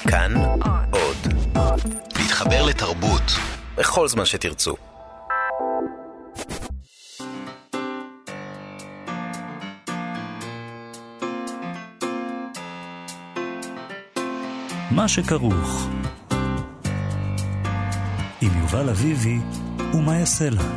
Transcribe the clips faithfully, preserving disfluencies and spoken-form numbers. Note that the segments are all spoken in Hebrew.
כאן עוד. להתחבר לתרבות בכל זמן שתרצו. מה שכרוך עם יובל אביבי ומה יעשה לה.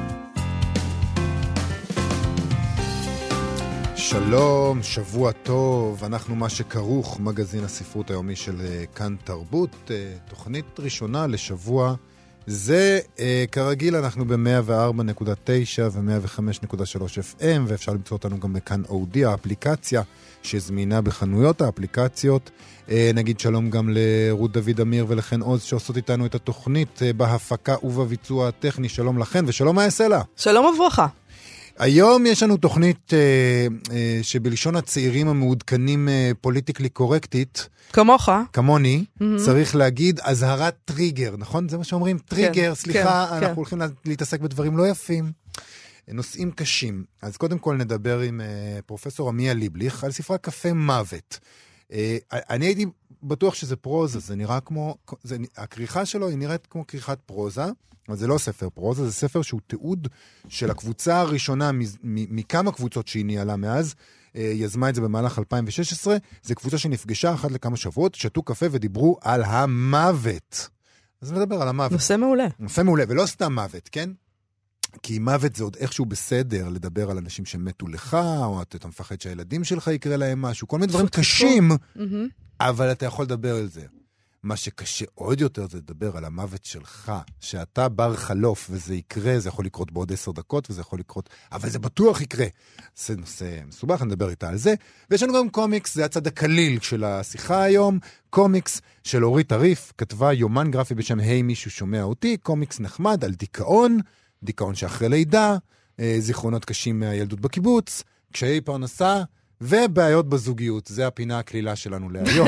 שלום, שבוע טוב, אנחנו מה שכרוך, מגזין הספרות היומי של כאן תרבות, תוכנית ראשונה לשבוע זה. כרגיל אנחנו ב-מאה וארבע נקודה תשע ו-מאה וחמש נקודה שלוש אף אם, ואפשר למצוא אותנו גם בכאן אודי, האפליקציה שזמינה בחנויות האפליקציות. נגיד שלום גם לרות דוד אמיר ולכן עוז שעושות איתנו את התוכנית בהפקה ובביצוע הטכני. שלום לכן ושלום מה יעשה לה. שלום וברכה. היום יש לנו תוכנית אה, אה, שבלשון הצעירים המעודכנים אה, פוליטיקלי קורקטית. כמוך. כמוני. Mm-hmm. צריך להגיד הזהרת טריגר, נכון? זה מה שאומרים? טריגר, כן, סליחה, כן, אנחנו כן. הולכים להתעסק בדברים לא יפים. נושאים קשים. אז קודם כל נדבר עם אה, פרופסור עמיה ליבליך על ספרה קפה מוות. אה, אני הייתי בטוח שזה פרוזה, זה נראה כמו, זה, הכריכה שלו היא נראית כמו כריכת פרוזה, אבל זה לא ספר פרוזה, זה ספר שהוא תיעוד של הקבוצה הראשונה מכמה קבוצות שהיא ניהלה מאז, יזמה את זה במהלך אלפיים ושש עשרה, זה קבוצה שנפגשה אחת לכמה שבועות, שתו קפה ודיברו על המוות. אז נדבר על המוות. נושא מעולה. נושא מעולה, ולא סתם מוות, כן? כי מוות זה עוד איכשהו בסדר, לדבר על אנשים שמתו לך, או אתה מפחד שהילדים שלך יקרה להם משהו, כל מיני דברים קשים, אבל אתה יכול לדבר על זה. מה שקשה עוד יותר זה לדבר על המוות שלך, שאתה בר חלוף וזה יקרה, זה יכול לקרות בעוד עשר דקות וזה יכול לקרות, אבל זה בטוח יקרה. זה נושא מסובך, נדבר איתה על זה. ויש לנו גם קומיקס, זה הצד הקליל של השיחה היום, קומיקס של אורית עריף, כתבה יומן גרפי בשם היי מישהו שומע אותי, קומיקס נחמד על דיכאון, דיכאון שאחרי לידה, זיכרונות קשים מהילדות בקיבוץ, קשיי פרנסה ובעיות בזוגיות. זה הפינה הכלילה שלנו להיום.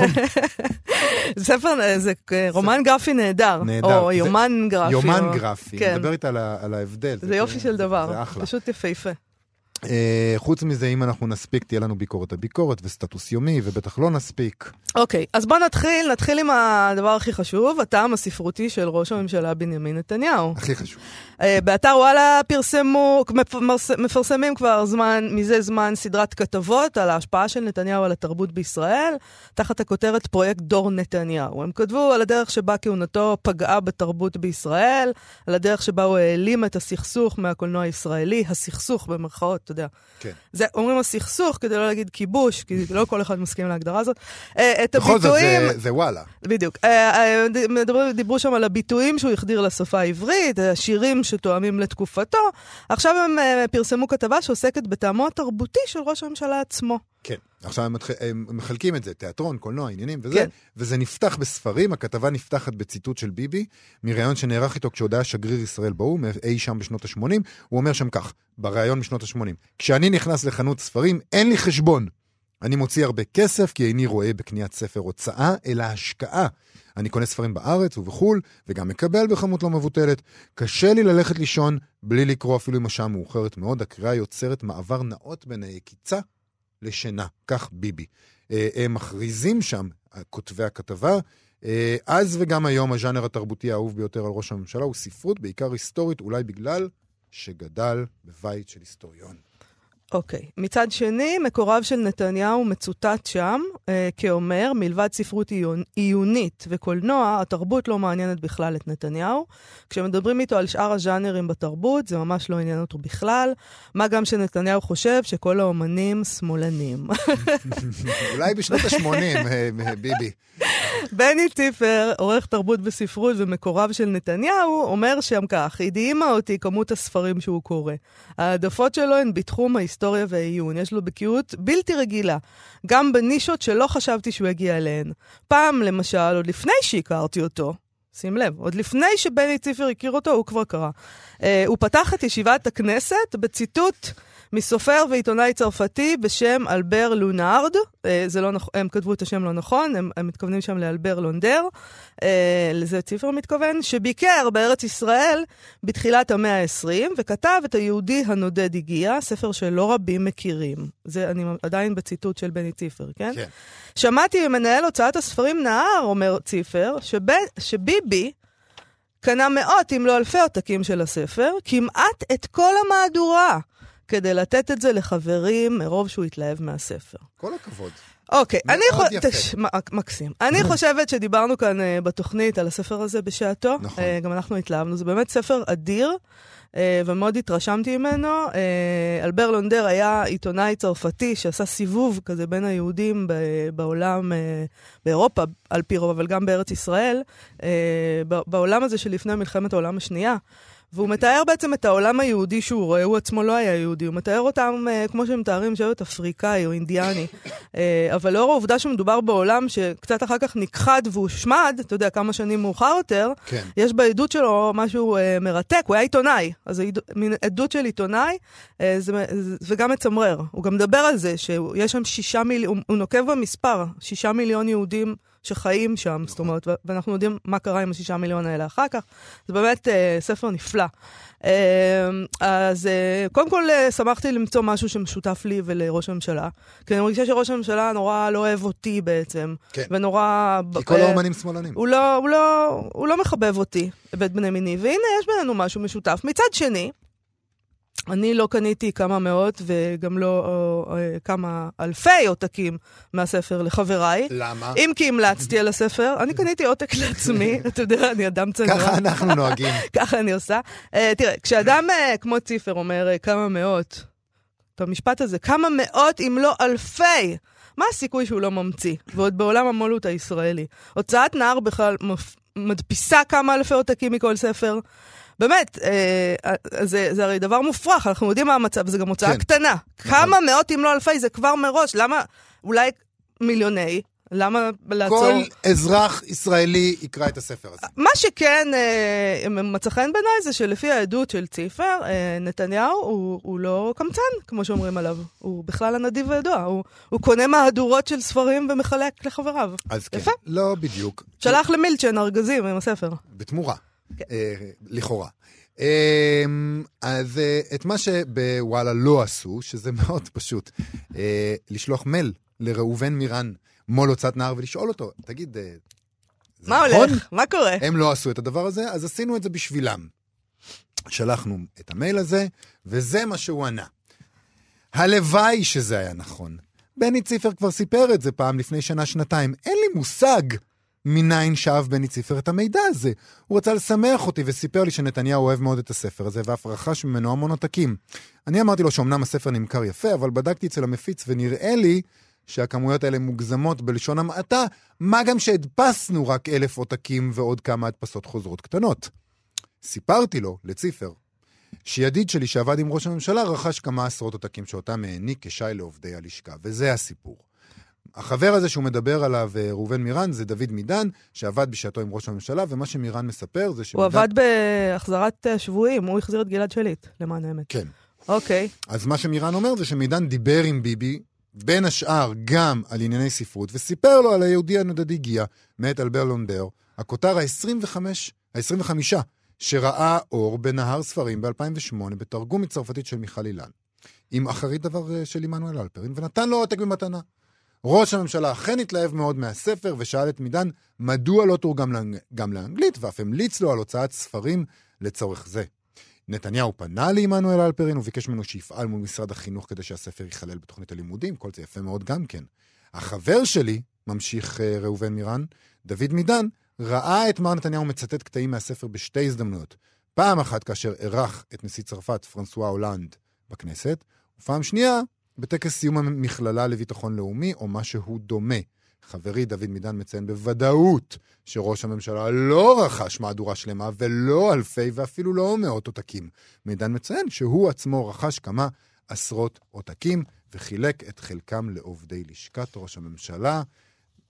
ספר, זה רומן גרפי נהדר, או יומן גרפי. יומן גרפי, נדבר איתה על ההבדל. זה יופי של דבר, פשוט יפהפה. חוץ מזה, אם אנחנו נספיק, תהיה לנו ביקורת הביקורת וסטטוס יומי, ובטח לא נספיק. אוקיי, אז בוא נתחיל, נתחיל עם הדבר הכי חשוב, הטעם הספרותי של ראש הממשלה בנימין נתניהו. הכי חשוב. באתר וואלה פרסמו, מפרסמים כבר זמן, מזה זמן סדרת כתבות על ההשפעה של נתניהו על התרבות בישראל, תחת הכותרת פרויקט דור נתניהו. הם כתבו על הדרך שבה כהונתו פגעה בתרבות בישראל, על הדרך שבה הוא העלים את הסכסוך מהקולנוע הישראלי, הסכסוך במרכאות, אתה יודע. כן. זה, אומרים הסכסוך כדי לא להגיד כיבוש, כי לא כל אחד מסכים להגדרה הזאת. את בכל הביטויים... זאת זה, זה וואלה. בדיוק. דיברו, דיברו שם על הביטויים שהוא החדיר לשפה העברית, השירים שתואמים לתקופתו. עכשיו הם פרסמו כתבה שעוסקת בטעמו התרבותי של ראש הממשלה עצמו. כן. עכשיו הם, הם מחלקים את זה, תיאטרון, קולנוע, עניינים וזה, כן. וזה נפתח בספרים, הכתבה נפתחת בציטוט של ביבי, מראיון שנערך איתו כשהוא היה שגריר ישראל באו"ם, אי שם בשנות ה-שמונים, הוא אומר שם כך, בראיון בשנות ה-שמונים, כשאני נכנס לחנות ספרים, אין לי חשבון. אני מוציא הרבה כסף, כי איני רואה בקניית ספר הוצאה, אלא השקעה. אני קונה ספרים בארץ ובחול, וגם מקבל בכמות לא מבוטלת. קשה לי ללכת לישון, בלי לקרוא אפילו עם השעה מאוחרת מאוד, הקריאה יוצרת מעבר נאות בין היקיצה לשינה, כך ביבי. הם מכריזים שם, כותבי הכתבה, אז וגם היום הז'אנר התרבותי האהוב ביותר על ראש הממשלה הוא ספרות, בעיקר היסטורית, אולי בגלל שגדל בבית של היסטוריון. אוקיי. Okay. מצד שני, מקורב של נתניהו מצוטט שם, אה, כאומר, מלבד ספרות עיון, עיונית וקולנוע, התרבות לא מעניינת בכלל את נתניהו. כשמדברים איתו על שאר הז'אנרים בתרבות, זה ממש לא עניין אותו בכלל. מה גם שנתניהו חושב שכל האומנים שמאלנים. אולי בשנות ה-שמונים, ביבי. בני טיפר, עורך תרבות בספרות ומקורב של נתניהו, אומר שם כך, הדהימה אותי כמות הספרים שהוא קורא. העדפות שלו הן בתחום ההיסטוריה והעיון. יש לו בקיאות בלתי רגילה, גם בנישות שלא חשבתי שהוא הגיע אליהן. פעם, למשל, עוד לפני שהכרתי אותו, שים לב, עוד לפני שבני טיפר הכיר אותו, הוא כבר קרא. Uh, הוא פתח את ישיבת הכנסת בציטוט מסופר ועיתונאי צרפתי בשם אלבר לונארד, זה לא נכ... הם כתבו את השם לא נכון, הם, הם מתכוונים שם לאלבר לונדר, לזה ציפר מתכוון, שביקר בארץ ישראל בתחילת המאה ה-עשרים, וכתב את היהודי הנודד הגיע, ספר שלא רבים מכירים. זה אני עדיין בציטוט של בני ציפר, כן? כן. שמעתי ממנהל הוצאת הספרים נהר, אומר ציפר, שב... שביבי קנה מאות אם לא אלפי עותקים של הספר, כמעט את כל המהדורה, כדי לתת את זה לחברים מרוב שהוא התלהב מהספר. כל הכבוד. אוקיי, אני חושבת... מקסים. אני חושבת שדיברנו כאן בתוכנית על הספר הזה בשעתו. נכון. גם אנחנו התלהבנו. זה באמת ספר אדיר, ומאוד התרשמתי ממנו. אלבר לונדר היה עיתונאי צרפתי שעשה סיבוב כזה בין היהודים בעולם, באירופה על פי רוב, אבל גם בארץ ישראל, בעולם הזה שלפני מלחמת העולם השנייה. והוא מתאר בעצם את העולם היהודי שהוא רואה, הוא עצמו לא היה יהודי, הוא מתאר אותם כמו שהם מתארים שבט אפריקאי או אינדיאני. אבל לאור העובדה שמדובר בעולם שקצת אחר כך נכחד והושמד, אתה יודע, כמה שנים מאוחר יותר, כן. יש בעדות שלו משהו מרתק, הוא היה עיתונאי, אז מין עדות של עיתונאי, זה, וגם מצמרר. הוא גם מדבר על זה שיש שם שישה מיליון, הוא נוקב במספר, שישה מיליון יהודים, שחיים שם, זאת אומרת, ואנחנו יודעים מה קרה עם השישה מיליון האלה אחר כך. זה באמת אה, ספר נפלא. אה, אז אה, קודם כל אה, שמחתי למצוא משהו שמשותף לי ולראש הממשלה, כי אני מרגישה שראש הממשלה נורא לא אוהב אותי בעצם. כן. ונורא... כי כל אה, האומנים שמאלנים. הוא לא, הוא, לא, הוא לא מחבב אותי ואת בני מיני, והנה יש בינינו משהו משותף. מצד שני, אני לא קניתי כמה מאות וגם לא או, או, כמה אלפי עותקים מהספר לחבריי. למה? אם כי המלצתי על הספר, אני קניתי עותק לעצמי, אתה יודע, אני אדם צנוע. ככה אנחנו נוהגים. ככה אני עושה. Uh, תראה, כשאדם uh, כמו ציפר אומר uh, כמה מאות, את המשפט הזה, כמה מאות אם לא אלפי, מה הסיכוי שהוא לא ממציא? ועוד בעולם המולות הישראלי. הוצאת נהר בכלל מדפיסה כמה אלפי עותקים מכל ספר, באמת, אה, זה, זה הרי דבר מופרך, אנחנו יודעים מה המצב, זה גם הוצאה כן. קטנה. נכון. כמה מאות אם לא אלפי, זה כבר מראש, למה, אולי מיליוני, למה לעצור? כל אזרח ישראלי יקרא את הספר הזה. מה שכן אה, מצא חן בעיניי זה שלפי העדות של ציפר, אה, נתניהו הוא, הוא לא קמצן, כמו שאומרים עליו. הוא בכלל הנדיב וידוע, הוא, הוא קונה מהדורות של ספרים ומחלק לחבריו. אז כן, לא בדיוק. שלח למילצ'ן ארגזים עם הספר. בתמורה. לכאורה. אז את מה שבוואלה לא עשו, שזה מאוד פשוט, לשלוח מייל לראובן מירן, מול הוצאת נהר, ולשאול אותו, תגיד, מה הולך? מה קורה? הם לא עשו את הדבר הזה, אז עשינו את זה בשבילם. שלחנו את המייל הזה, וזה מה שהוא ענה. הלוואי שזה היה נכון. בני ציפר כבר סיפר את זה פעם לפני שנה, שנתיים. אין לי מושג מניין שאב בני ציפר את המידע הזה. הוא רצה לשמח אותי וסיפר לי שנתניהו אוהב מאוד את הספר הזה, ואף רכש ממנו המון עותקים. אני אמרתי לו שאומנם הספר נמכר יפה, אבל בדקתי אצל המפיץ ונראה לי שהכמויות האלה מוגזמות בלשון המעטה, מה גם שהדפסנו רק אלף עותקים ועוד כמה הדפסות חוזרות קטנות. סיפרתי לו, לציפר, שידיד שלי שעבד עם ראש הממשלה רכש כמה עשרות עותקים שאותם העניק כשי לעובדי הלשכה, וזה הסיפור. החבר הזה שהוא מדבר עליו, ראובן מירן, זה דוד מידן, שעבד בשעתו עם ראש הממשלה, ומה שמירן מספר זה שמידן... הוא עבד בהחזרת שבויים, הוא החזיר את גלעד שליט, למען האמת. כן. אוקיי. אז מה שמירן אומר זה שמידן דיבר עם ביבי, בין השאר גם על ענייני ספרות, וסיפר לו על היהודי הנודד הגיע, מאת אלבר לונדר, הכותר ה-עשרים וחמש שראה אור בנהר ספרים ב-אלפיים ושמונה, בתרגום מצרפתית של מיכל אילן, עם אחרית דבר של עמנואל אלפרין, ונתן לו עותק במתנה. ראש הממשלה אכן התלהב מאוד מהספר, ושאל את מידן מדוע לא תורגם לאנג... גם לאנגלית, ואף המליץ לו על הוצאת ספרים לצורך זה. נתניהו פנה לעמנואל אלפרין, וביקש ממנו שיפעל מול משרד החינוך כדי שהספר ייכלל בתוכנית הלימודים, כל זה יפה מאוד גם כן. החבר שלי, ממשיך uh, ראובן מירן, דוד מידן, ראה את מר נתניהו מצטט קטעים מהספר בשתי הזדמנויות. פעם אחת כאשר ערך את נשיא צרפת, פרנסואה הולנד, בכנסת, ופעם שנייה, בטקס סיום המכללה לביטחון לאומי, או משהו דומה. חברי דוד מידן מציין בוודאות שראש הממשלה לא רכש מהדורה שלמה, ולא אלפי ואפילו לא מאות עותקים. מידן מציין שהוא עצמו רכש כמה עשרות עותקים, וחילק את חלקם לעובדי לשכת ראש הממשלה.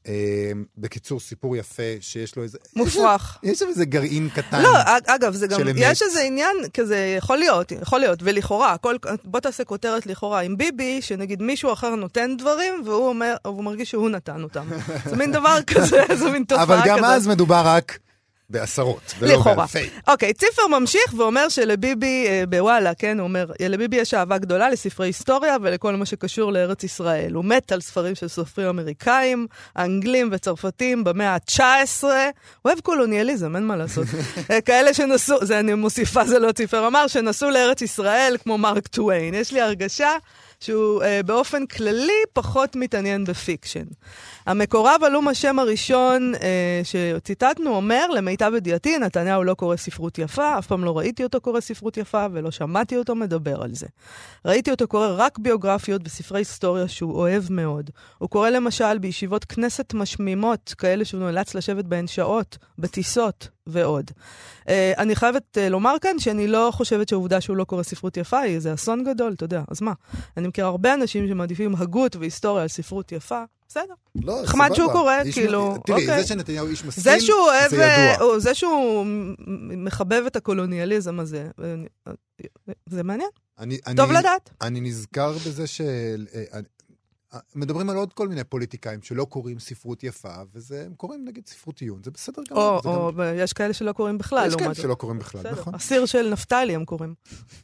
בקיצור, סיפור יפה שיש לו איזה... מופרך. יש שם איזה גרעין קטן. לא, אגב, זה גם, יש איזה עניין כזה, יכול להיות, יכול להיות, ולכאורה, בוא תעשה כותרת לכאורה עם ביבי, שנגיד מישהו אחר נותן דברים, והוא אומר, הוא מרגיש שהוא נתן אותם. זה מין דבר כזה, זה מין תופעה כזה. אבל גם אז מדובר רק... בעשרות, ולא באלפי. אוקיי, ציפר ממשיך ואומר שלביבי, בוואלה, כן, הוא אומר, לביבי יש אהבה גדולה לספרי היסטוריה ולכל מה שקשור לארץ ישראל. הוא מת על ספרים של סופרים אמריקאים, אנגלים וצרפתים במאה ה-תשע עשרה. הוא אוהב קולוניאליזם, אין מה לעשות. כאלה שנסו, זה אני מוסיפה, זה לא ציפר אמר, שנסו לארץ ישראל כמו מרק טוויין. יש לי הרגשה שהוא אה, באופן כללי פחות מתעניין בפיקשן. המקורב עלום השם הראשון אה, שציטטנו אומר, למיטב ידיעתי, נתניהו לא קורא ספרות יפה, אף פעם לא ראיתי אותו קורא ספרות יפה, ולא שמעתי אותו מדבר על זה. ראיתי אותו קורא רק ביוגרפיות בספרי היסטוריה שהוא אוהב מאוד. הוא קורא למשל בישיבות כנסת משמימות, כאלה שהוא נאלץ לשבת בהן שעות, בטיסות ועוד. Uh, אני חייבת uh, לומר כאן שאני לא חושבת שהעובדה שהוא לא קורא ספרות יפה היא איזה אסון גדול, אתה יודע, אז מה? אני מכיר הרבה אנשים שמעדיפים הגות והיסטוריה על ספרות יפה, בסדר. לא, חמד שהוא קורא, כאילו, תראי, אוקיי. זה שנתניהו איש מסכים, זה שהוא אוהב, זה ידוע. זה שהוא מחבב את הקולוניאליזם הזה, זה מעניין. אני, טוב אני, לדעת. אני נזכר בזה ש... מדברים על עוד כל מיני פוליטיקאים שלא קוראים ספרות יפה, וזה, הם קוראים נגיד ספרות עיון, זה בסדר גם. או, או גם... יש כאלה שלא קוראים בכלל. יש כאלה שלא קוראים בכלל, בסדר. נכון. הסיר של נפתלי הם קוראים.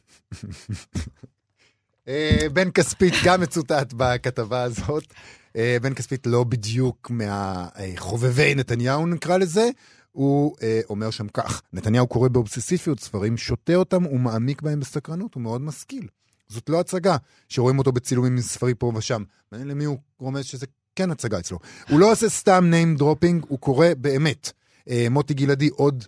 בן כספית גם מצוטט בכתבה הזאת. בן כספית לא בדיוק מהחובבי נתניהו נקרא לזה, הוא אומר שם כך, נתניהו קורא באובססיביות ספרים, שותה אותם ומעמיק בהם בסקרנות, הוא מאוד משכיל. זאת לא הצגה, שרואים אותו בצילומים עם ספרי פה ושם. מעניין למי הוא רומז שזה כן הצגה אצלו. הוא לא עושה סתם name dropping, הוא קורא באמת. אה, מוטי גלעדי עוד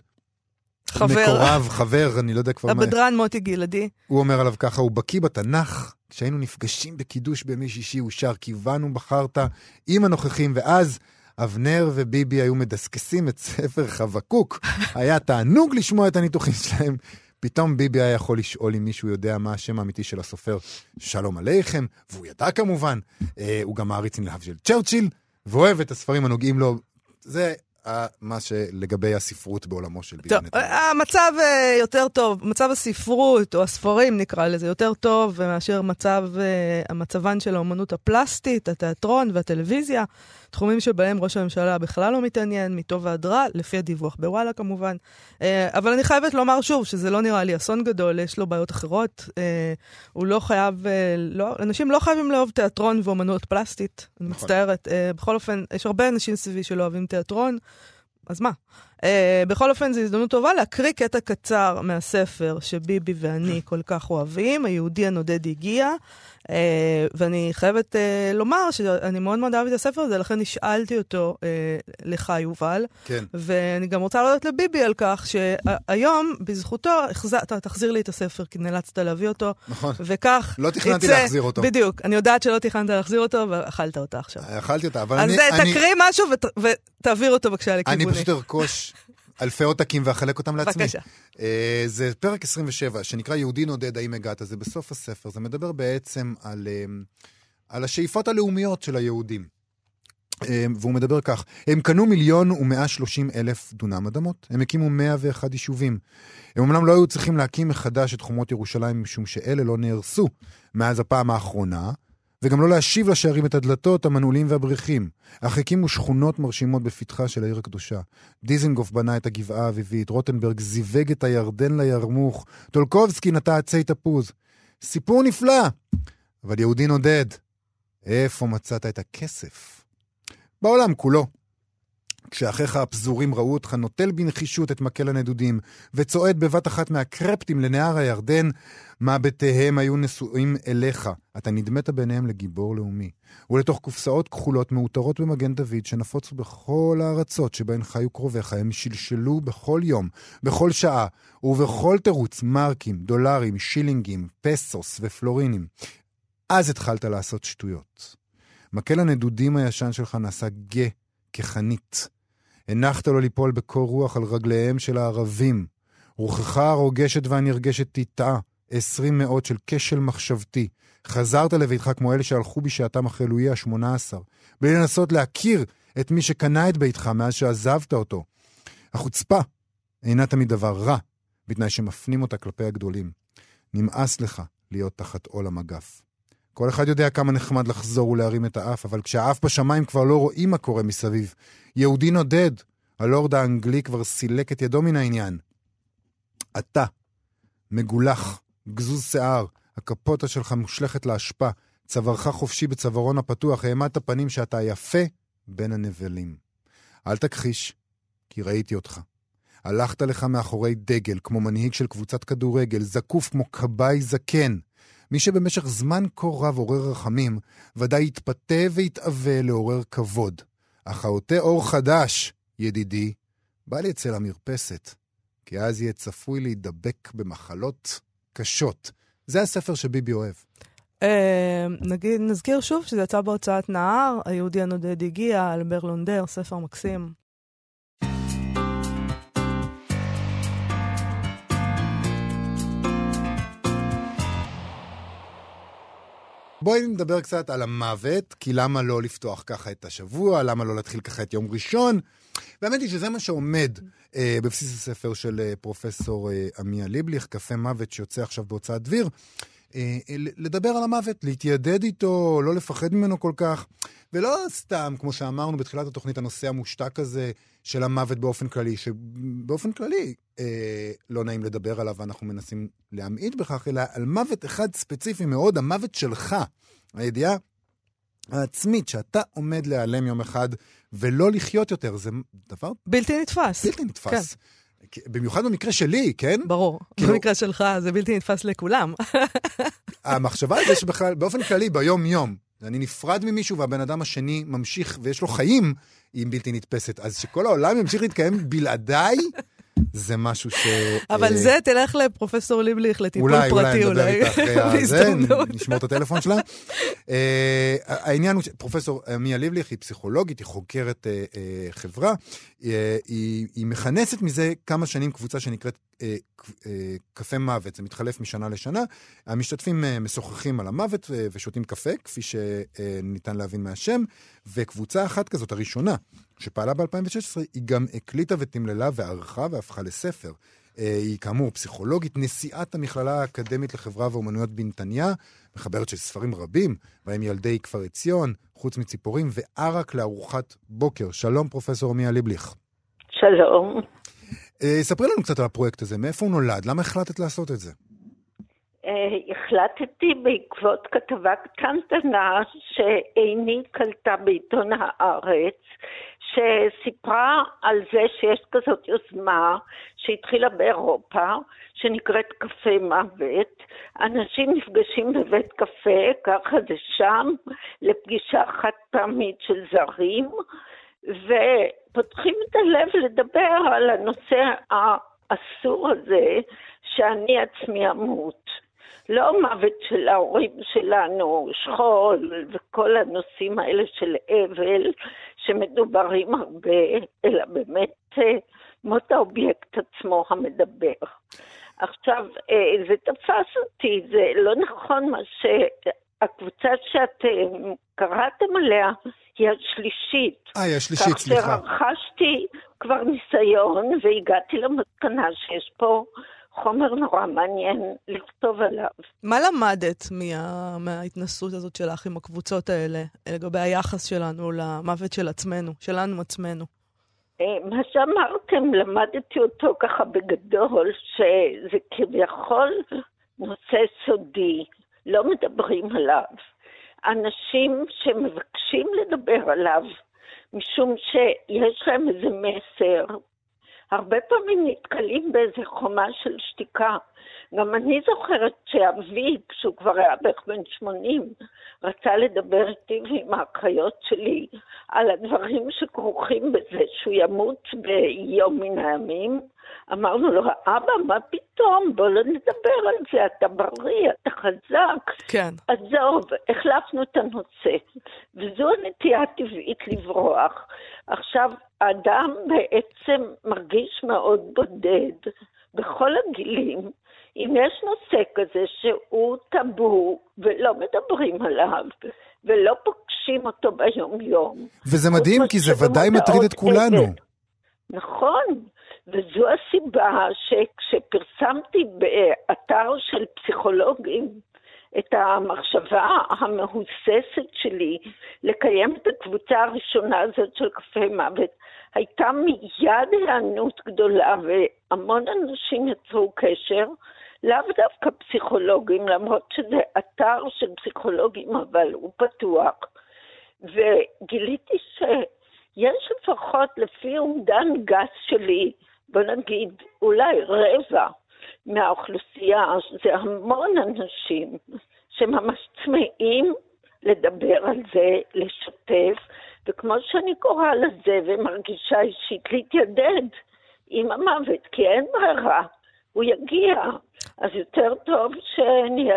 חבר. מקורב, חבר, אני לא יודע כבר מה. הבדרן מוטי גלעדי. הוא אומר עליו ככה, הוא בקיא בתנ"ך, כשהיינו נפגשים בקידוש בימי שישי, הוא שר, כיוונו בחרת עם הנוכחים, ואז אבנר וביבי היו מדסקסים את ספר חבקוק. היה תענוג לשמוע את הניתוחים שלהם. פתאום ביבי היה יכול לשאול אם מישהו יודע מה השם האמיתי של הסופר שלום עליכם, והוא ידע כמובן, אה, הוא גם מעריץ נלהב של צ'רצ'יל, ואוהב את הספרים הנוגעים לו. זה אה, מה שלגבי הספרות בעולמו של ביבי נתניהו. המצב אה, יותר טוב, מצב הספרות או הספרים נקרא לזה יותר טוב, מאשר מצב, אה, המצבן של האומנות הפלסטית, התיאטרון והטלוויזיה, תחומים שבהם ראש הממשלה בכלל לא מתעניין, מטוב ועד רע, לפי הדיווח בוואלה כמובן. אבל אני חייבת לומר שוב, שזה לא נראה לי אסון גדול, יש לו בעיות אחרות. הוא לא חייב, לא, אנשים לא חייבים לאהוב תיאטרון ואומנות פלסטית, אני מצטערת. בכל אופן, יש הרבה אנשים סביבי שלא אוהבים תיאטרון, אז מה? בכל אופן, זו הזדמנות טובה להקריא קטע קצר מהספר שביבי ואני כל כך אוהבים, היהודי הנודד הגיע, Uh, ואני חייבת uh, לומר שאני מאוד מאוד אהבתי את הספר הזה, לכן נשאלתי אותו uh, לך יובל, כן. ואני גם רוצה להודות לביבי על כך שהיום בזכותו אתה תחזיר לי את הספר כי נאלצת להביא אותו, נכון. וכך לא תכננתי יצא, להחזיר אותו. בדיוק, אני יודעת שלא תכננת להחזיר אותו ואכלת אותה עכשיו. אכלתי אותה, אבל אז אני... אז אני... תקריא משהו ות, ותעביר אותו בבקשה לכיווני. אני פשוט ארכוש אלפי עותקים ואחלק אותם לעצמי. בבקשה. Uh, זה פרק עשרים ושבע, שנקרא יהודי נודד, האם הגעת? זה בסוף הספר. זה מדבר בעצם על, uh, על השאיפות הלאומיות של היהודים. Uh, והוא מדבר כך, הם קנו מיליון ומאה שלושים אלף דונם אדמות. הם הקימו מאה ואחד יישובים. הם אמנם לא היו צריכים להקים מחדש את חומות ירושלים, משום שאלה לא נהרסו מאז הפעם האחרונה, וגם לא להשיב לשערים את הדלתות, המנעולים והבריחים. אך הקימו שכונות מרשימות בפתחה של העיר הקדושה. דיזנגוף בנה את הגבעה האביבית, רוטנברג זיווג את הירדן לירמוך, טולקובסקי נטע עצי תפוז. סיפור נפלא, אבל יהודי נודד. איפה מצאת את הכסף? בעולם כולו. כשאחיך הפזורים ראו אותך נוטל בנחישות את מקל הנדודים, וצועד בבת אחת מהקרפטים לנהר הירדן, מה בתיהם היו נשואים אליך. אתה נדמת ביניהם לגיבור לאומי. ולתוך קופסאות כחולות מאותרות במגן דוד, שנפוצו בכל הארצות שבהן חיו קרוביך, הם שלשלו בכל יום, בכל שעה, ובכל תירוץ מרקים, דולרים, שילינגים, פסוס ופלורינים. אז התחלת לעשות שטויות. מקל הנדודים הישן שלך נעשה גה כחנית. הנחת לו ליפול בקור רוח על רגליהם של הערבים. רוחך הרוגשת והנרגשת תיטעה, עשרים מאות של כשל מחשבתי. חזרת לביתך כמו אלה שהלכו בשעתם אחרי לואי ה-שמונה עשר, בלי לנסות להכיר את מי שקנה את ביתך מאז שעזבת אותו. החוצפה אינה תמיד דבר רע, בתנאי שמפנים אותה כלפי הגדולים. נמאס לך להיות תחת עול המגף. כל אחד יודע כמה נחמד לחזור ולהרים את האף, אבל כשהאף בשמיים כבר לא רואים מה קורה מסביב. יהודי נודד, הלורד האנגלי כבר סילק את ידו מן העניין. אתה, מגולח, גזוז שיער, הקפוטה שלך מושלכת להשפע, צווארך חופשי בצווארון הפתוח, העמדת פנים שאתה יפה בין הנבלים. אל תכחיש, כי ראיתי אותך. הלכת לך מאחורי דגל, כמו מנהיג של קבוצת כדורגל, זקוף כמו קבאי זקן. מי שבמשך זמן כה רב עורר רחמים, ודאי יתפתה ויתאווה לעורר כבוד. אך העוטה אור חדש, ידידי, בא לי אצל המרפסת, כי אז יהיה צפוי להידבק במחלות קשות. זה הספר שביבי אוהב. נגיד, נזכיר שוב שזה יצא בהוצאת נהר, היהודי הנודד הגיע, אלבר לונדר, ספר מקסים. בואי נדבר קצת על המוות, כי למה לא לפתוח ככה את השבוע, למה לא להתחיל ככה את יום ראשון. והאמת היא שזה מה שעומד אה, בבסיס הספר של אה, פרופסור אה, עמיה ליבליך, קפה מוות שיוצא עכשיו בהוצאת דביר, אה, אה, לדבר על המוות, להתיידד איתו, לא לפחד ממנו כל כך, ולא סתם, כמו שאמרנו בתחילת התוכנית, הנושא המושתק הזה של המוות באופן כללי, שבאופן כללי אה, לא נעים לדבר עליו, ואנחנו מנסים להמעיט בכך, אלא על מוות אחד ספציפי מאוד, המוות שלך, הידיעה העצמית, שאתה עומד להיעלם יום אחד, ולא לחיות יותר, זה דבר... בלתי נתפס. בלתי נתפס. כן. במיוחד במקרה שלי, כן? ברור. כאילו... במקרה שלך זה בלתי נתפס לכולם. המחשבה על זה שבכלל, באופן כללי, ביום-יום, אני נפרד ממישהו והבן אדם השני ממשיך ויש לו חיים, היא בלתי נתפסת. אז שכל העולם ימשיך להתקיים בלעדיי, זה משהו ש... אבל זה תלך לפרופסור ליבליך, לטיפול פרטי אולי. אולי, נדבר איתך זה, נשמור את הטלפון שלה. העניין הוא, פרופסור עמיה ליבליך היא פסיכולוגית, היא חוקרת חברה, היא מכנסת מזה כמה שנים קבוצה שנקראת קפה מוות, זה מתחלף משנה לשנה. המשתתפים משוחחים על המוות ושותים קפה, כפי שניתן להבין מהשם, וקבוצה אחת כזאת, הראשונה, שפעלה ב-אלפיים ושש עשרה, היא גם הקליטה ותמללה וערכה והפכה לספר. היא כאמור פסיכולוגית, נשיאת המכללה האקדמית לחברה ואומנויות בנתניה, מחברת של ספרים רבים, בהם ילדי כפר עציון, חוץ מציפורים, וערק לארוחת בוקר. שלום פרופסור עמיה ליבליך. שלום. ספרי לנו קצת על הפרויקט הזה, מאיפה הוא נולד? למה החלטת לעשות את זה? החלטתי בעקבות כתבה קטנטנה שעיני קלטה בעיתון הארץ, שסיפרה על זה שיש כזאת יוזמה שהתחילה באירופה, שנקראת קפה מוות. אנשים נפגשים בבית קפה, ככה זה שם, לפגישה חד פעמית של זרים, ופותחים את הלב לדבר על הנושא האסור הזה, שאני עצמי אמות. לא מוות של ההורים שלנו, שכול וכל הנושאים האלה של אבל שמדוברים הרבה, אלא באמת מות האובייקט עצמו המדבר. עכשיו, זה תפס אותי, זה לא נכון מה שהקבוצה שאתם קראתם עליה היא השלישית. אה, היא השלישית, סליחה. כאשר רכשתי כבר ניסיון והגעתי למסקנה שיש פה חומר נורא מעניין לכתוב עליו. מה למדת מה... מההתנסות הזאת שלך עם הקבוצות האלה, לגבי היחס שלנו למוות של עצמנו, שלנו עצמנו? מה שאמרתם, למדתי אותו ככה בגדול, שזה כביכול נושא סודי, לא מדברים עליו. אנשים שמבקשים לדבר עליו, משום שיש להם איזה מסר, הרבה פעמים נתקלים באיזה חומה של שתיקה. גם אני זוכרת שאבי, כשהוא כבר היה בערך בן שמונים, רצה לדבר איתי ועם האחיות שלי על הדברים שכרוכים בזה שהוא ימות ביום מן הימים. אמרנו לו, אבא, מה פתאום? בוא לא נדבר על זה, אתה בריא, אתה חזק. כן. עזוב, החלפנו את הנושא. וזו הנטייה הטבעית לברוח. עכשיו, האדם בעצם מרגיש מאוד בודד בכל הגילים. אם יש נושא כזה שהוא טאבו ולא מדברים עליו, ולא פוגשים אותו ביום יום. וזה מדהים, כי זה ודאי מטריד את כולנו. נכון, וזו הסיבה שכשפרסמתי באתר של פסיכולוגים, את המחשבה המהוססת שלי לקיים את הקבוצה הראשונה הזאת של קפה מוות, הייתה מיד הענות גדולה, והמון אנשים יצרו קשר, לאו דווקא פסיכולוגים, למרות שזה אתר של פסיכולוגים, אבל הוא פתוח, וגיליתי שיש לפחות לפי אומדן גס שלי, בוא נגיד אולי רבע, מהאוכלוסייה, זה המון אנשים שממש צמאים לדבר על זה, לשתף, וכמו שאני קוראה לזה ומרגישה אישית להתיידד עם המוות, כי אין ברירה, הוא יגיע, אז יותר טוב שנהיה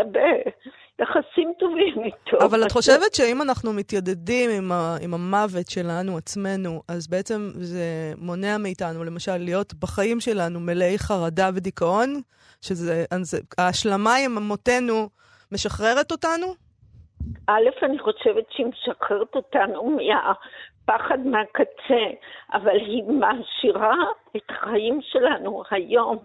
ביחסים טובים איתו. אבל את חושבת שאם אנחנו מתיידדים עם, ה, עם המוות שלנו עצמנו, אז בעצם זה מונע מאיתנו, למשל, להיות בחיים שלנו מלאי חרדה ודיכאון, שזה ההשלמה עם מותנו משחררת אותנו? א', אני חושבת שהיא משחררת אותנו מהפחד מהקצה, אבל היא מעשירה את החיים שלנו היום.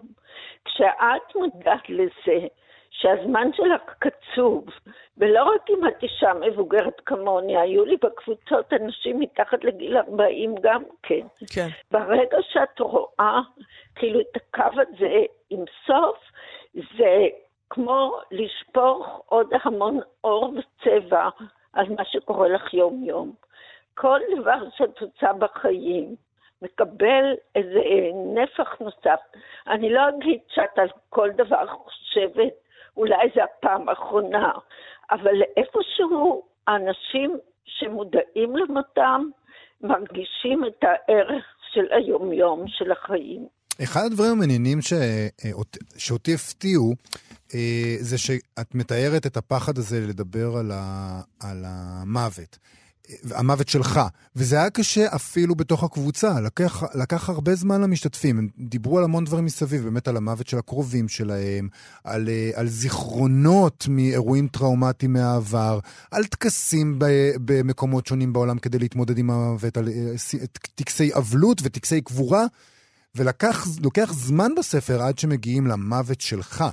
כשאת מודעת לזה שהזמן שלך קצוב, ולא רק אם את אישה מבוגרת כמוני, היו לי בקבוצות אנשים מתחת לגיל ארבעים גם כן. כן. ברגע שאת רואה כאילו את הקו הזה עם סוף, זה כמו לשפוך עוד המון אור וצבע על מה שקורה לך יום יום. כל דבר שאת עושה בחיים מקבל איזה נפח נוסף. אני לא אגיד שאת על כל דבר חושבת, אולי זה הפעם האחרונה, אבל איפשהו האנשים שמודעים למותם מרגישים את הערך של היום-יום של החיים. אחד הדברים המעניינים שאותי הפתיעו, זה שאת מתארת את הפחד הזה לדבר על, ה, על המוות, המוות שלך, וזה היה קשה אפילו בתוך הקבוצה, לקח, לקח הרבה זמן למשתתפים, הם דיברו על המון דברים מסביב, באמת על המוות של הקרובים שלהם, על, על זיכרונות מאירועים טראומטיים מהעבר, על טקסים במקומות שונים בעולם כדי להתמודד עם המוות, על טקסי אבלות וטקסי קבורה, ולקח לוקח זמן בספר עד שמגיעים למוות שלך.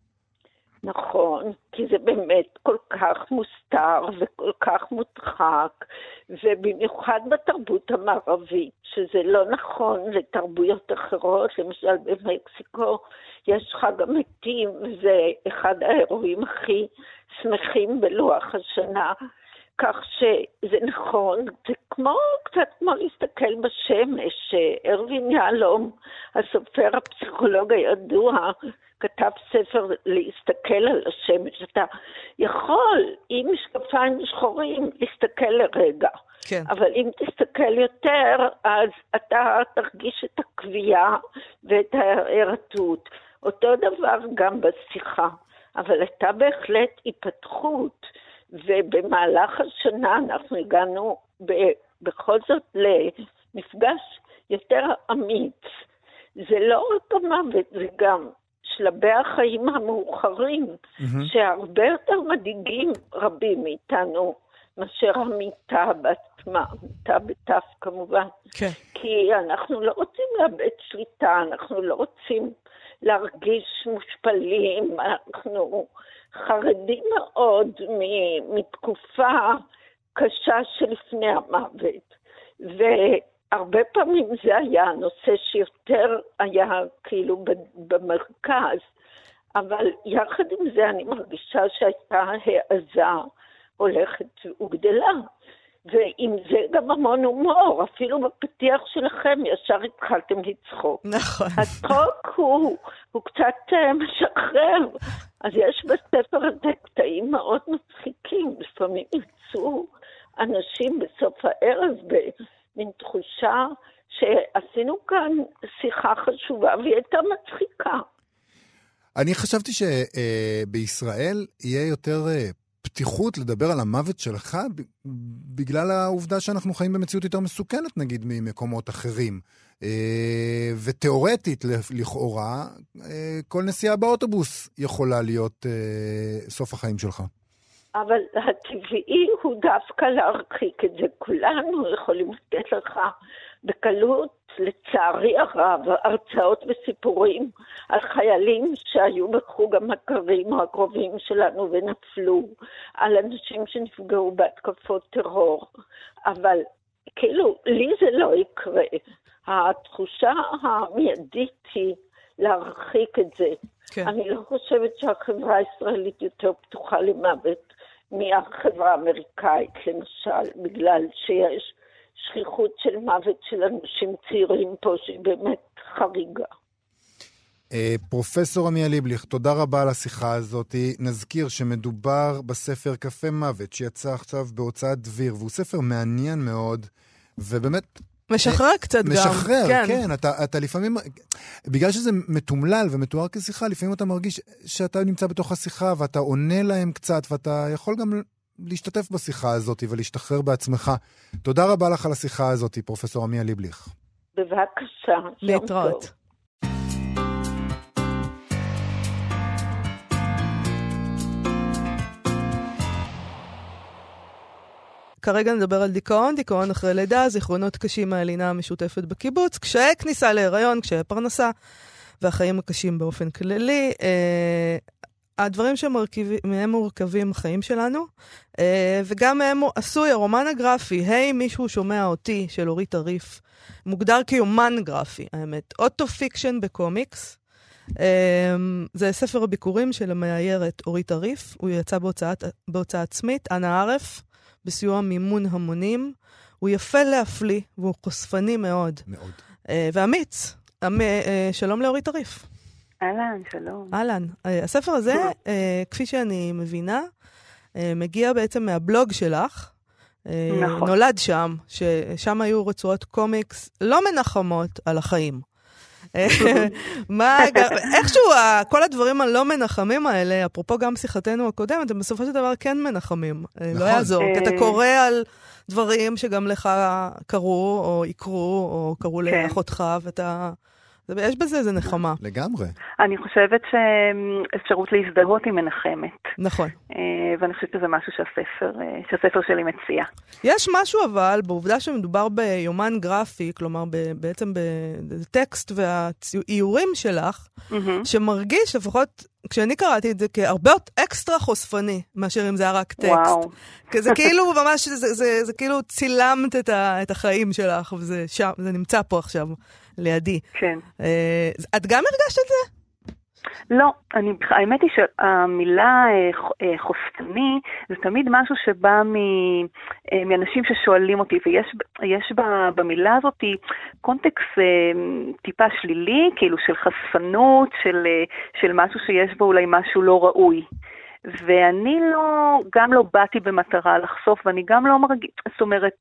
נכון, כי זה באמת כל כך מוסתר וכל כך מודחק, ובמיוחד בתרבות המערבית, שזה לא נכון לתרבויות אחרות, למשל במקסיקו יש חג המתים, וזה אחד האירועים הכי שמחים בלוח השנה, כך שזה נכון, זה כמו, קצת כמו להסתכל בשמש, ארווין יהלום, הסופר הפסיכולוג הידוע, כתב ספר להסתכל על השמש. אתה יכול עם משקפיים שחורים להסתכל לרגע, כן. אבל אם תסתכל יותר, אז אתה תרגיש את הקביעה ואת ההירתות. אותו דבר גם בשיחה, אבל הייתה בהחלט היפתחות, ובמהלך השנה אנחנו הגענו בכל זאת למפגש יותר אמיץ. זה לא רק המוות, זה גם שלבי החיים המאוחרים, mm-hmm. שהרבה יותר מדאיגים רבים מאיתנו, מאשר המיטה בעצמה, מיטה בתף כמובן. כן. כי אנחנו לא רוצים לאבד שליטה, אנחנו לא רוצים להרגיש מושפלים, אנחנו חרדים מאוד מתקופה קשה שלפני המוות. והרבה פעמים זה היה הנושא שיותר היה כאילו במרכז, אבל יחד עם זה אני מרגישה שהייתה העזה הולכת וגדלה. ועם זה גם המון הומור, אפילו בפתיח שלכם ישר התחלתם לצחוק. נכון. הצחוק הוא, הוא קצת משחרר, אז יש בספר הזה קטעים מאוד מצחיקים, לפעמים יצאו אנשים בסוף הערב במין תחושה שעשינו כאן שיחה חשובה והיא הייתה מצחיקה. אני חשבתי שבישראל יהיה יותר פתיחות לדבר על המוות שלך, בגלל העובדה שאנחנו חיים במציאות יותר מסוכנת, נגיד, ממקומות אחרים. ותיאורטית, לכאורה, כל נסיעה באוטובוס יכולה להיות סוף החיים שלך. אבל הטבעי הוא דווקא להרחיק את זה. כולנו יכולים לתת לך בקלות, לצערי הרב, הרצאות וסיפורים על חיילים שהיו בחוג המכרים או הקרובים שלנו ונפלו, על אנשים שנפגעו בהתקפות טרור. אבל כאילו, לי זה לא יקרה. התחושה המיידית היא להרחיק את זה. כן. אני לא חושבת שהחברה הישראלית יותר פתוחה למוות מהחברה האמריקאית, למשל, בגלל שיש שכיחות של מוות של אנשים צעירים פה, שהיא באמת חריגה. פרופסור עמיה ליבליך, תודה רבה על השיחה הזאת. נזכיר שמדובר בספר קפה מוות, שיצא עכשיו בהוצאת דביר, והוא ספר מעניין מאוד, ובאמת... משחרר קצת גם. משחרר, כן. כן. אתה, אתה לפעמים, בגלל שזה מתומלל ומתואר כשיחה, לפעמים אתה מרגיש שאתה נמצא בתוך השיחה, ואתה עונה להם קצת, ואתה יכול גם להשתתף בשיחה הזאת, ולהשתחרר בעצמך. תודה רבה לך על השיחה הזאת, פרופסור עמיה ליבליך. בבקשה. להתראות. כרגע נדבר על דיכאון, דיכאון אחרי לידה, זיכרונות קשים מהלינה המשותפת בקיבוץ, קשיי כניסה להיריון, קשיי פרנסה, והחיים הקשים באופן כללי. אה, הדברים שמהם מורכבים החיים שלנו, אה, וגם מהם עשוי הרומן הגרפי, היי מישהו שומע אותי, של אורית הריף, מוגדר כיומן גרפי, האמת, אוטו-פיקשן בקומיקס. אה, זה ספר הביקורים של המאיירת אורית הריף, הוא יצא בהוצאת, בהוצאה עצמית, אנה ערף, בסיוע מימון המונים. הוא יפה להפליא, והוא חושפני מאוד. מאוד. Uh, ואמיץ. Um, uh, שלום לאורית הריף. אהלן, שלום. אהלן. Uh, הספר הזה, uh, כפי שאני מבינה, uh, מגיע בעצם מהבלוג שלך. Uh, נכון. נולד שם, ששם היו רצועות קומיקס לא מנחמות על החיים. מה, איכשהו כל הדברים הלא מנחמים האלה, אפרופו גם שיחתנו הקודמת, הם בסופו של דבר כן מנחמים, לא יעזור, כי אתה קורא על דברים שגם לך קרו, או יקרו, או קרו לאחותך, ואתה... יש בזה איזה נחמה. לגמרי. אני חושבת שאפשרות להזדהות היא מנחמת. נכון. ואני חושבת שזה משהו שהספר, שהספר שלי מציע. יש משהו אבל, בעובדה שמדובר ביומן גרפי, כלומר בעצם בטקסט והאיורים שלך, שמרגיש לפחות, כשאני קראתי את זה, כהרבה אקסטרה חושפני, מאשר אם זה היה רק טקסט. וואו. זה כאילו ממש, זה כאילו צילמת את החיים שלך, וזה שם, זה נמצא פה עכשיו. לידי. כן. את גם הרגשת את זה? לא, אני, האמת היא שהמילה חושפני זה תמיד משהו שבא מאנשים ששואלים אותי, ויש במילה הזאת קונטקסט טיפה שלילי, כאילו של חשפנות, של, של משהו שיש בו אולי משהו לא ראוי. ואני לא, גם לא באתי במטרה לחשוף, ואני גם לא מרגיש, זאת אומרת,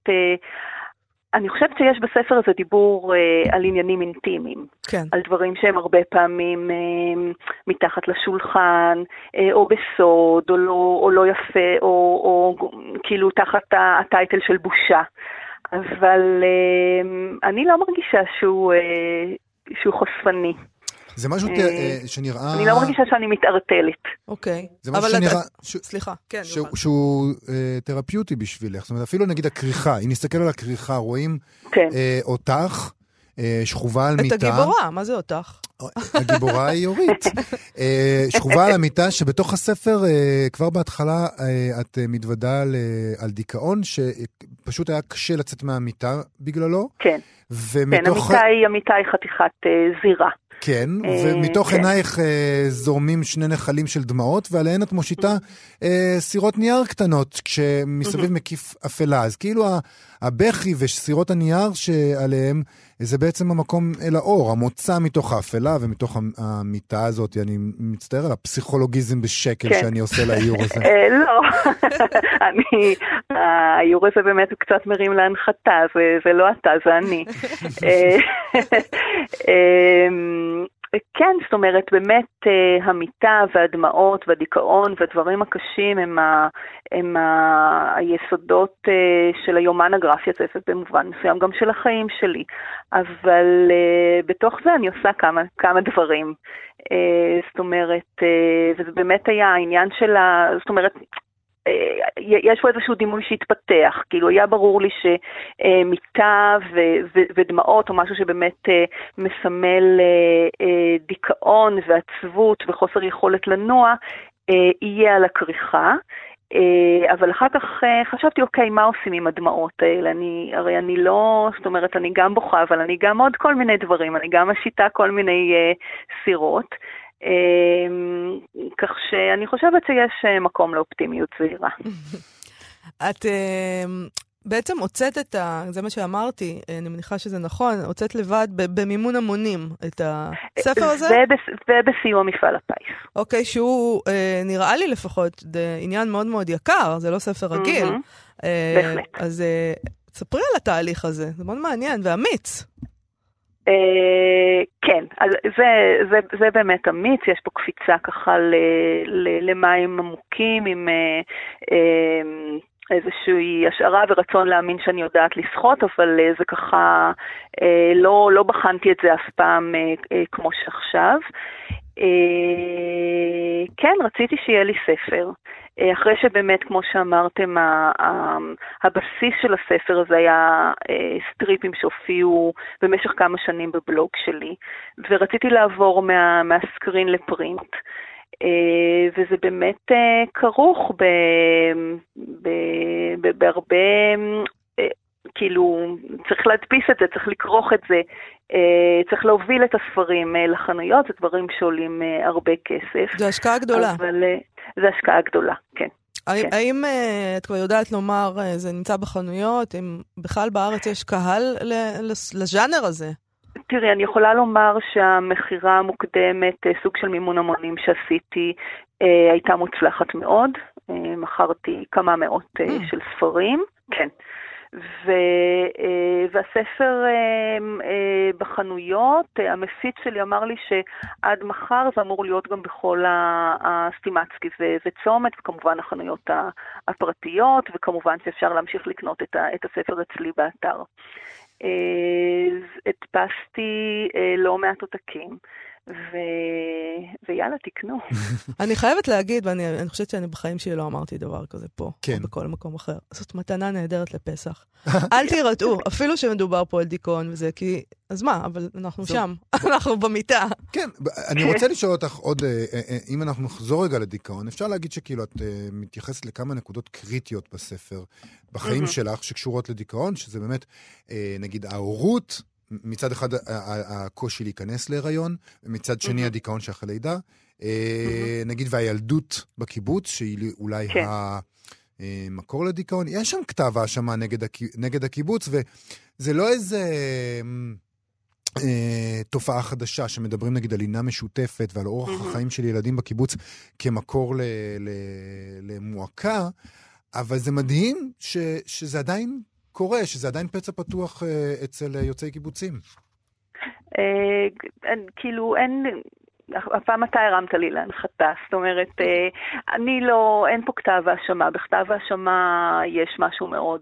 אני חושבת שיש בספר הזה דיבור אה, על עניינים אינטימיים. כן. על דברים שהם הרבה פעמים אה, מתחת לשולחן, אה, או בסוד, או לא, או לא יפה, או, או כאילו תחת הטייטל של בושה. אבל אה, אני לא מרגישה שהוא, אה, שהוא חושפני. זה משהו שנראה... אני לא מרגישה שאני מתערטלת. אוקיי. זה משהו שנראה... סליחה, כן. שהוא תרפיוטי בשבילך. זאת אומרת, אפילו נגיד הכריכה, אם נסתכל על הכריכה, רואים אותך, שכובה על מיטה. את הגיבורה, מה זה אותך? הגיבורה היא אורית. שכובה על המיטה, שבתוך הספר, כבר בהתחלה, את מתוודה על דיכאון, שפשוט היה קשה לצאת מהמיטה בגללו. כן. כן, המיטה היא חתיכת זירה. כן, ומתוך עינייך זורמים שני נחלים של דמעות, ועליהן את מושיטה סירות נייר קטנות, כשמסביב מקיף אפלה. אז כאילו הבכי וסירות הנייר שעליהם, זה בעצם המקום אל האור, המוצא מתוך האפלה ומתוך המיטה הזאת. אני מצטער על הפסיכולוגיזם בשקל שאני עושה לאיור הזה. לא, האיור הזה באמת הוא קצת מרים להנחתה, זה לא אתה, זה אני. כן, זאת אומרת, באמת uh, המיטה והדמעות והדיכאון והדברים הקשים הם, ה, הם ה, היסודות uh, של היומן הגרפי הזה, ובמובן מסוים גם של החיים שלי. אבל uh, בתוך זה אני עושה כמה, כמה דברים. Uh, זאת אומרת, uh, וזה באמת היה העניין של ה... זאת אומרת, יש פה איזשהו דימוי שהתפתח, כאילו היה ברור לי שמיטה ודמעות או משהו שבאמת מסמל דיכאון ועצבות וחוסר יכולת לנוע, יהיה על הכריכה. אבל אחר כך חשבתי, אוקיי, מה עושים עם הדמעות האלה? אני, הרי אני לא, זאת אומרת, אני גם בוכה, אבל אני גם עוד כל מיני דברים, אני גם משיתה כל מיני סירות. כך שאני חושבת שיש מקום לאופטימיות זהירה. את בעצם הוצאת את ה... זה מה שאמרתי, אני מניחה שזה נכון, הוצאת לבד במימון המונים את הספר הזה? זה בסיוע מפעל הפיס. אוקיי, שהוא נראה לי לפחות עניין מאוד מאוד יקר, זה לא ספר רגיל. בהחלט. אז תספרי על התהליך הזה, זה מאוד מעניין ואמיץ. Uh, כן, אז זה, זה, זה באמת אמיץ, יש פה קפיצה ככה ל, ל, למים עמוקים עם uh, uh, איזושהי השערה ורצון להאמין שאני יודעת לשחות, אבל uh, זה ככה, uh, לא, לא בחנתי את זה אף פעם uh, uh, כמו שעכשיו. Uh, כן, רציתי שיהיה לי ספר. אחרי שבאמת, כמו שאמרתם, הבסיס של הספר הזה היה סטריפים שהופיעו במשך כמה שנים בבלוג שלי, ורציתי לעבור מה, מהסקרין לפרינט, וזה באמת כרוך ב, ב, ב, בהרבה, כאילו, צריך להדפיס את זה, צריך לכרוך את זה, צריך להוביל את הספרים לחנויות, זה דברים שעולים הרבה כסף. זה השקעה גדולה. אבל... זה השקעה גדולה, כן. האם את כבר יודעת לומר, זה נמצא בחנויות, אם בכלל בארץ יש קהל לז'אנר הזה? תראי, אני יכולה לומר שהמחירה המוקדמת, סוג של מימון המונים שעשיתי, הייתה מוצלחת מאוד. מכרתי כמה מאות של ספרים, כן. והספר בחנויות, המפיץ שלי אמר לי שעד מחר זה אמור להיות גם בכל הסטימצקי וצומת, וכמובן החנויות הפרטיות, וכמובן שאפשר להמשיך לקנות את הספר אצלי באתר. הדפסתי לא מעט עותקים. ו... ויאללה, תקנו. אני חייבת להגיד, ואני אני חושבת שאני בחיים שלי לא אמרתי דבר כזה פה, כן. או בכל מקום אחר. זאת מתנה נהדרת לפסח. אל תירתעו, אפילו שמדובר פה על דיכאון וזה, כי, אז מה, אבל אנחנו שם, אנחנו במיטה. כן, אני רוצה לשאול אותך עוד, אם אנחנו נחזור רגע לדיכאון, אפשר להגיד שכאילו את מתייחסת לכמה נקודות קריטיות בספר, בחיים שלך, שקשורות לדיכאון, שזה באמת, נגיד, ההורות, מצד אחד הקושי להיכנס להיריון, מצד שני הדיכאון שאחרי לידה, נגיד והילדות בקיבוץ, שהיא אולי המקור לדיכאון, יש שם כתב האשמה נגד הקיבוץ, וזה לא איזה תופעה חדשה שמדברים נגיד על לינה משותפת ועל אורח החיים של ילדים בקיבוץ כמקור למועקה, אבל זה מדהים שזה עדיין קורה, שזה עדיין פצע פתוח אצל יוצאי קיבוצים. כאילו, אין... הפעם אתה הרמת לי להנחתה, זאת אומרת, אני לא, אין פה כתב האשמה, בכתב האשמה יש משהו מאוד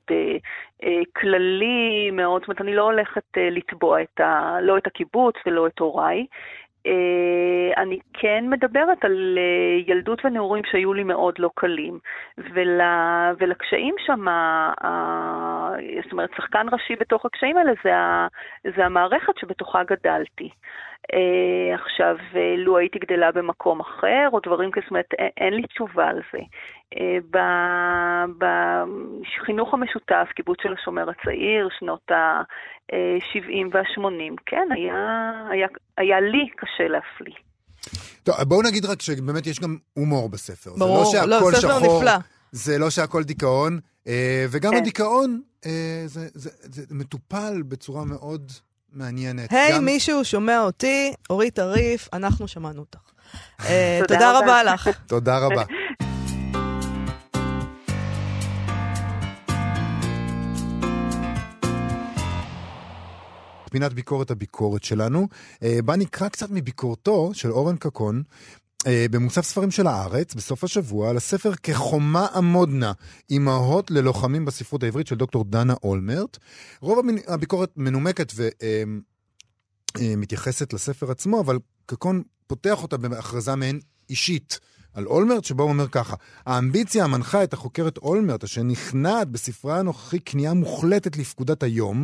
כללי, מאוד, זאת אומרת, אני לא הולכת לתבוע את ה, לא את הקיבוץ ולא את הוריי, אני כן מדברת על ילדות ונעורים שהיו לי מאוד לא קלים, ולקשיים שם, זאת אומרת, שחקן ראשי בתוך הקשיים האלה זה המערכת שבתוכה גדלתי. עכשיו, לו הייתי גדלה במקום אחר, או דברים כזאת, זאת אומרת, אין לי תשובה על זה. בחינוך המשותף, קיבוץ של השומר הצעיר, שנות ה-שבעים וה-שמונים, כן, היה, היה, היה לי קשה להפליא. טוב, בואו נגיד רק שבאמת יש גם הומור בספר. ברור, זה לא לא, שהכל ספר שחור, נפלא. זה לא שהכל דיכאון, וגם הדיכאון זה, זה, זה מטופל בצורה מאוד מעניינת. היי, גם... מישהו שומע אותי, אורית עריף, אנחנו שמענו אותך. תודה רבה לך. תודה רבה. פינת ביקורת הביקורת שלנו. בה נקרא קצת מביקורתו של אורן קקון, במוסף ספרים של הארץ, בסוף השבוע, על הספר כחומה עמודנה, אמהות ללוחמים בספרות העברית של דוקטור דנה אולמרט. רוב הביקורת מנומקת ומתייחסת לספר עצמו, אבל קקון פותח אותה בהכרזה מעין אישית על אולמרט, שבו הוא אומר ככה: האמביציה המנחה את החוקרת אולמרט, אשר נכנעת בספרה הנוכחי כניעה מוחלטת לפקודת היום,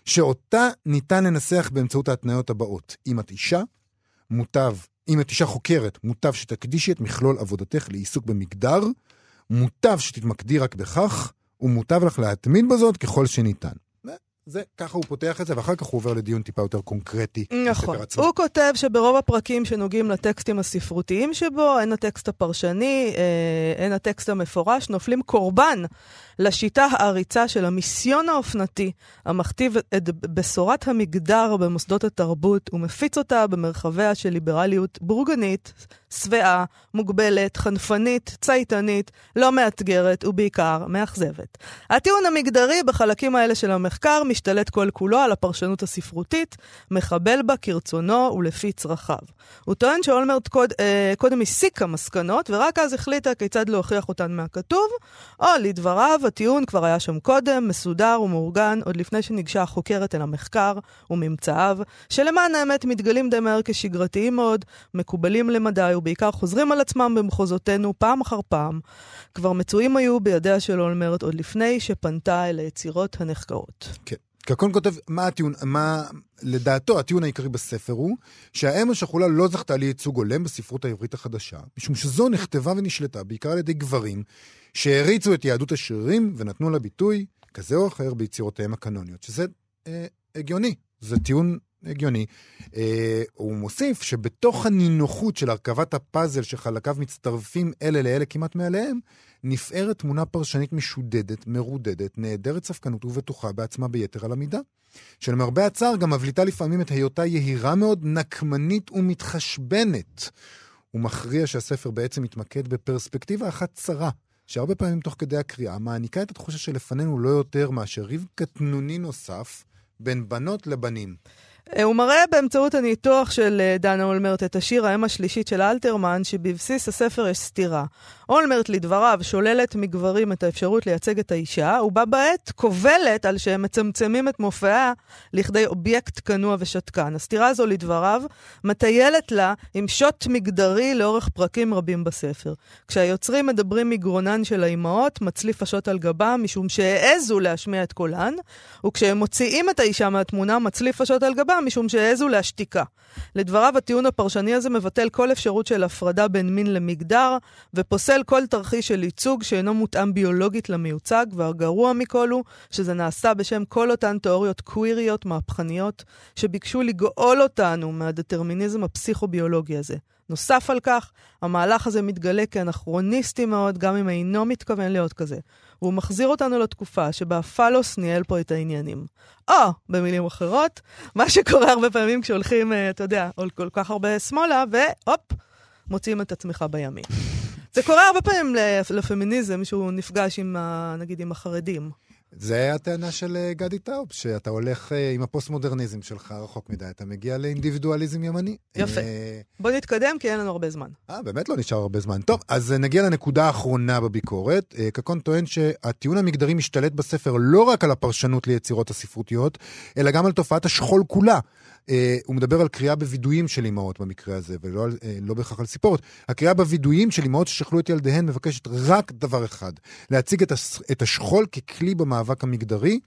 שאותה ניתן לנסח באמצעות ההתניות הבאות. אם את אישה, מוטב, אם את אישה חוקרת, מוטב שתקדישי את מכלול עבודתך לעיסוק במגדר, מוטב שתתמקדי רק בכך, ומוטב לך להתמיד בזאת ככל שניתן. זה, ככה הוא פותח את זה, ואחר כך הוא עובר לדיון טיפה יותר קונקרטי. נכון. הוא כותב שברוב הפרקים שנוגעים לטקסטים הספרותיים שבו, אין הטקסט הפרשני, אין הטקסט המפורש, נופלים קורבן לשיטה העריצה של המיסיון האופנתי, המכתיב את בשורת המגדר במוסדות התרבות, ומפיץ אותה במרחביה של ליברליות בורגנית, שבעה, מוגבלת, חנפנית, צייתנית, לא מאתגרת ובעיקר מאכזבת. הטיעון המגדרי בחלקים האלה של המחקר משתלט כל כולו על הפרשנות הספרותית, מחבל בה כרצונו ולפי צרכיו. הוא טוען שאולמרט קוד, אה, קודם הסיקה מסקנות, ורק אז החליטה כיצד להוכיח אותן מהכתוב, או לדבריו, הטיעון כבר היה שם קודם, מסודר ומאורגן, עוד לפני שניגשה החוקרת אל המחקר וממצאיו, שלמען האמת מתגלים די מהר כשגרתיים מאוד, מקובלים למדי, ובעיקר חוזרים על עצמם במחוזותינו פעם אחר פעם. כבר מצויים היו בידיה של אולמרט עוד לפני שפנתה אל היצירות הנחקרות. כן. קקון כותב, מה הטיעון, מה, לדעתו, הטיעון העיקרי בספר הוא, שהאם השכולה לא זכתה לייצוג הולם בספרות העברית החדשה, משום שזו נכתבה ונשלטה בעיקר על ידי גברים, שהריצו את יהדות השרירים ונתנו לה ביטוי כזה או אחר ביצירותיהם הקנוניות, שזה אה, הגיוני, זה טיעון הגיוני. אה, הוא מוסיף שבתוך הנינוחות של הרכבת הפאזל שחלקיו מצטרפים אלה לאלה כמעט מעליהם, נפערת תמונה פרשנית משודדת, מרודדת, נהדרת ספקנות ובטוחה בעצמה ביתר על המידה. שלמרבה הצער גם מבליטה לפעמים את היותה יהירה מאוד, נקמנית ומתחשבנת. הוא מכריע שהספר בעצם מתמקד בפרספקטיבה אחת צרה, שהרבה פעמים תוך כדי הקריאה מעניקה את התחושה שלפנינו לא יותר מאשר ריב קטנוני נוסף בין בנות לבנים. הוא מראה באמצעות הניתוח של דנה אולמרט את השיר האם השלישית של אלתרמן, שבבסיס הספר יש סתירה. אולמרט לדבריו שוללת מגברים את האפשרות לייצג את האישה, ובה בעת כובלת על שהם מצמצמים את מופעה לכדי אובייקט קנוע ושתקן. הסתירה הזו לדבריו מטיילת לה עם שוט מגדרי לאורך פרקים רבים בספר. כשהיוצרים מדברים מגרונן של האימהות, מצליף השוט על גבם משום שהעזו להשמיע את קולן, וכשהם מוציאים את האישה מהתמונה, מצליף השוט על גבם משום שהעזו להשתיקה. לדבריו, הטיעון הפרשני הזה מבטל כל אפשרות של הפרדה בין מין למגדר, ופוסל כל תרחיש של ייצוג שאינו מותאם ביולוגית למיוצג, והגרוע מכל הוא שזה נעשה בשם כל אותן תיאוריות קוויריות מהפכניות, שביקשו לגאול אותנו מהדטרמיניזם הפסיכוביולוגי הזה. נוסף על כך, המהלך הזה מתגלה כאנכרוניסטי מאוד, גם אם אינו מתכוון להיות כזה. והוא מחזיר אותנו לתקופה שבה פלוס ניהל פה את העניינים. או, במילים אחרות, מה שקורה הרבה פעמים כשהולכים, אתה יודע, כל כך הרבה שמאלה, והופ, מוצאים את עצמך בימין. זה קורה הרבה פעמים לפמיניזם, שהוא נפגש עם, נגיד, עם החרדים. זה הטענה של גדי טאוב, שאתה הולך עם הפוסט-מודרניזם שלך רחוק מדי, אתה מגיע לאינדיבידואליזם ימני. יפה. בוא נתקדם, כי אין לנו הרבה זמן. אה, באמת לא נשאר הרבה זמן. טוב, אז נגיע לנקודה האחרונה בביקורת. קקון טוען שהטיעון המגדרי משתלט בספר לא רק על הפרשנות ליצירות הספרותיות, אלא גם על תופעת השכול כולה. הוא מדבר על קריאה בווידויים של אמהות במקרה הזה, ולא לא בהכרח על סיפורת. הקריאה בווידויים של אמהות ששכלו את ילדיהן מבקשת רק דבר אחד, להציג את השכול ככלי במאבק המגדרי,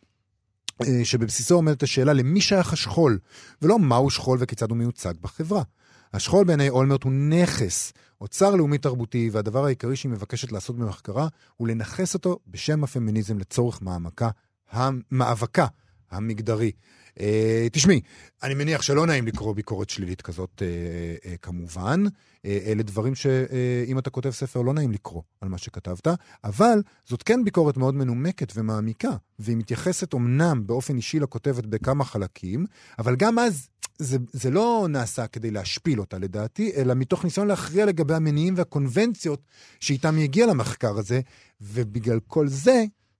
שבבסיסו עומדת השאלה למי שייך השכול, ולא מהו שכול וכיצד הוא מיוצג בחברה. השכול בעיני אולמרט הוא נכס, אוצר לאומי תרבותי, והדבר העיקרי שהיא מבקשת לעשות במחקרה, הוא לנחס אותו בשם הפמיניזם לצורך מעמקה, המאבקה המגדרי. Uh, תשמעי, אני מניח שלא נעים לקרוא ביקורת שלילית כזאת uh, uh, כמובן, uh, אלה דברים שאם uh, אתה כותב ספר לא נעים לקרוא על מה שכתבת, אבל זאת כן ביקורת מאוד מנומקת ומעמיקה, והיא מתייחסת אומנם באופן אישי לכותבת בכמה חלקים, אבל גם אז זה, זה לא נעשה כדי להשפיל אותה לדעתי, אלא מתוך ניסיון להכריע לגבי המניעים והקונבנציות שאיתם היא הגיעה למחקר הזה, ובגלל כל זה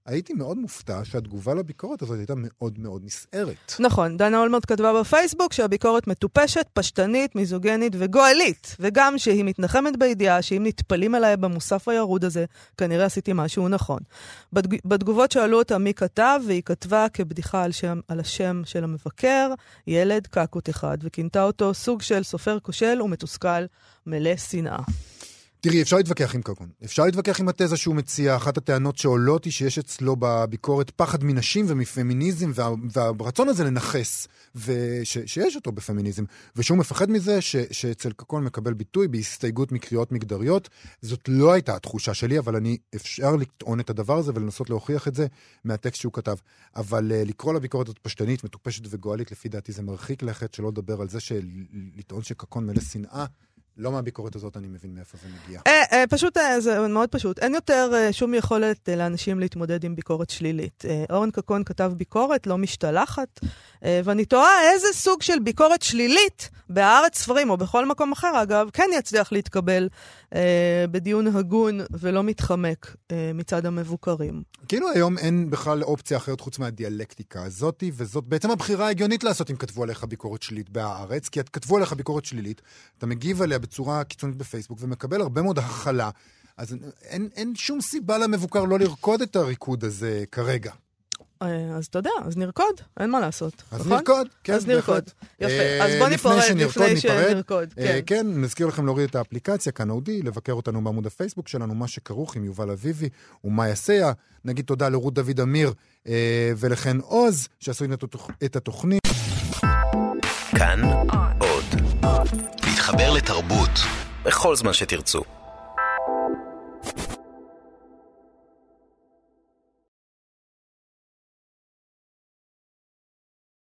הייתי מאוד מופתע שהתגובה לביקורת הזאת הייתה מאוד מאוד נסערת. נכון, דנה אולמרט כתבה בפייסבוק שהביקורת מטופשת, פשטנית, מיזוגנית וגואלית, וגם שהיא מתנחמת בידיעה שאם נטפלים עליי במוסף הירוד הזה, כנראה עשיתי משהו נכון. בתג... בתגובות שאלו אותה מי כתב, והיא כתבה כבדיחה על, שם, על השם של המבקר, ילד קקות אחד, וכינתה אותו סוג של סופר כושל ומתוסכל מלא שנאה. תראי, אפשר להתווכח עם קקון. אפשר להתווכח עם התזה שהוא מציע. אחת הטענות שעולות היא שיש אצלו בביקורת פחד מנשים ומפמיניזם, וה, והרצון הזה לנחס, וש, שיש אותו בפמיניזם, ושהוא מפחד מזה ש, שאצל קקון מקבל ביטוי בהסתייגות מקריאות מגדריות. זאת לא הייתה התחושה שלי, אבל אני אפשר לטעון את הדבר הזה ולנסות להוכיח את זה מהטקסט שהוא כתב. אבל uh, לקרוא לביקורת הזאת פשטנית, מטופשת וגואלית, לפי דעתי זה מרחיק לכת, שלא לדבר על זה שלטעון שקקון מלא שנאה, לא מהביקורת הזאת אני מבין מאיפה זה מגיע. אה, אה, פשוט, אה, זה מאוד פשוט. אין יותר אה, שום יכולת אה, לאנשים להתמודד עם ביקורת שלילית. אה, אורן קקון כתב ביקורת לא משתלחת, אה, ואני תוהה איזה סוג של ביקורת שלילית בארץ ספרים, או בכל מקום אחר, אגב, כן יצליח להתקבל אה, בדיון הגון ולא מתחמק אה, מצד המבוקרים. כאילו היום אין בכלל אופציה אחרת חוץ מהדיאלקטיקה הזאת, וזאת בעצם הבחירה ההגיונית לעשות אם כתבו עליך ביקורת שלילית בארץ, כי את כתבו עליך ביקורת שלילית, אתה מגיב עליה בצורה קיצונית בפייסבוק, ומקבל הרבה מאוד הכלה. אז אין, אין שום סיבה למבוקר לא לרקוד את הריקוד הזה כרגע. אז אתה יודע, אז נרקוד, אין מה לעשות. אז נכון? נרקוד, כן. אז נרקוד. יפה, אז בוא ניפרד לפני שנרקוד. כן, נזכיר לכם להוריד את האפליקציה, כאן אודי, לבקר אותנו בעמוד הפייסבוק שלנו, מה שכרוך עם יובל אביבי ומה יעשה. נגיד תודה לרות דוד אמיר ולכן עוז, שעשו את התוכנית. כאן עוד. להתחבר לתרבות בכל זמן שתרצו.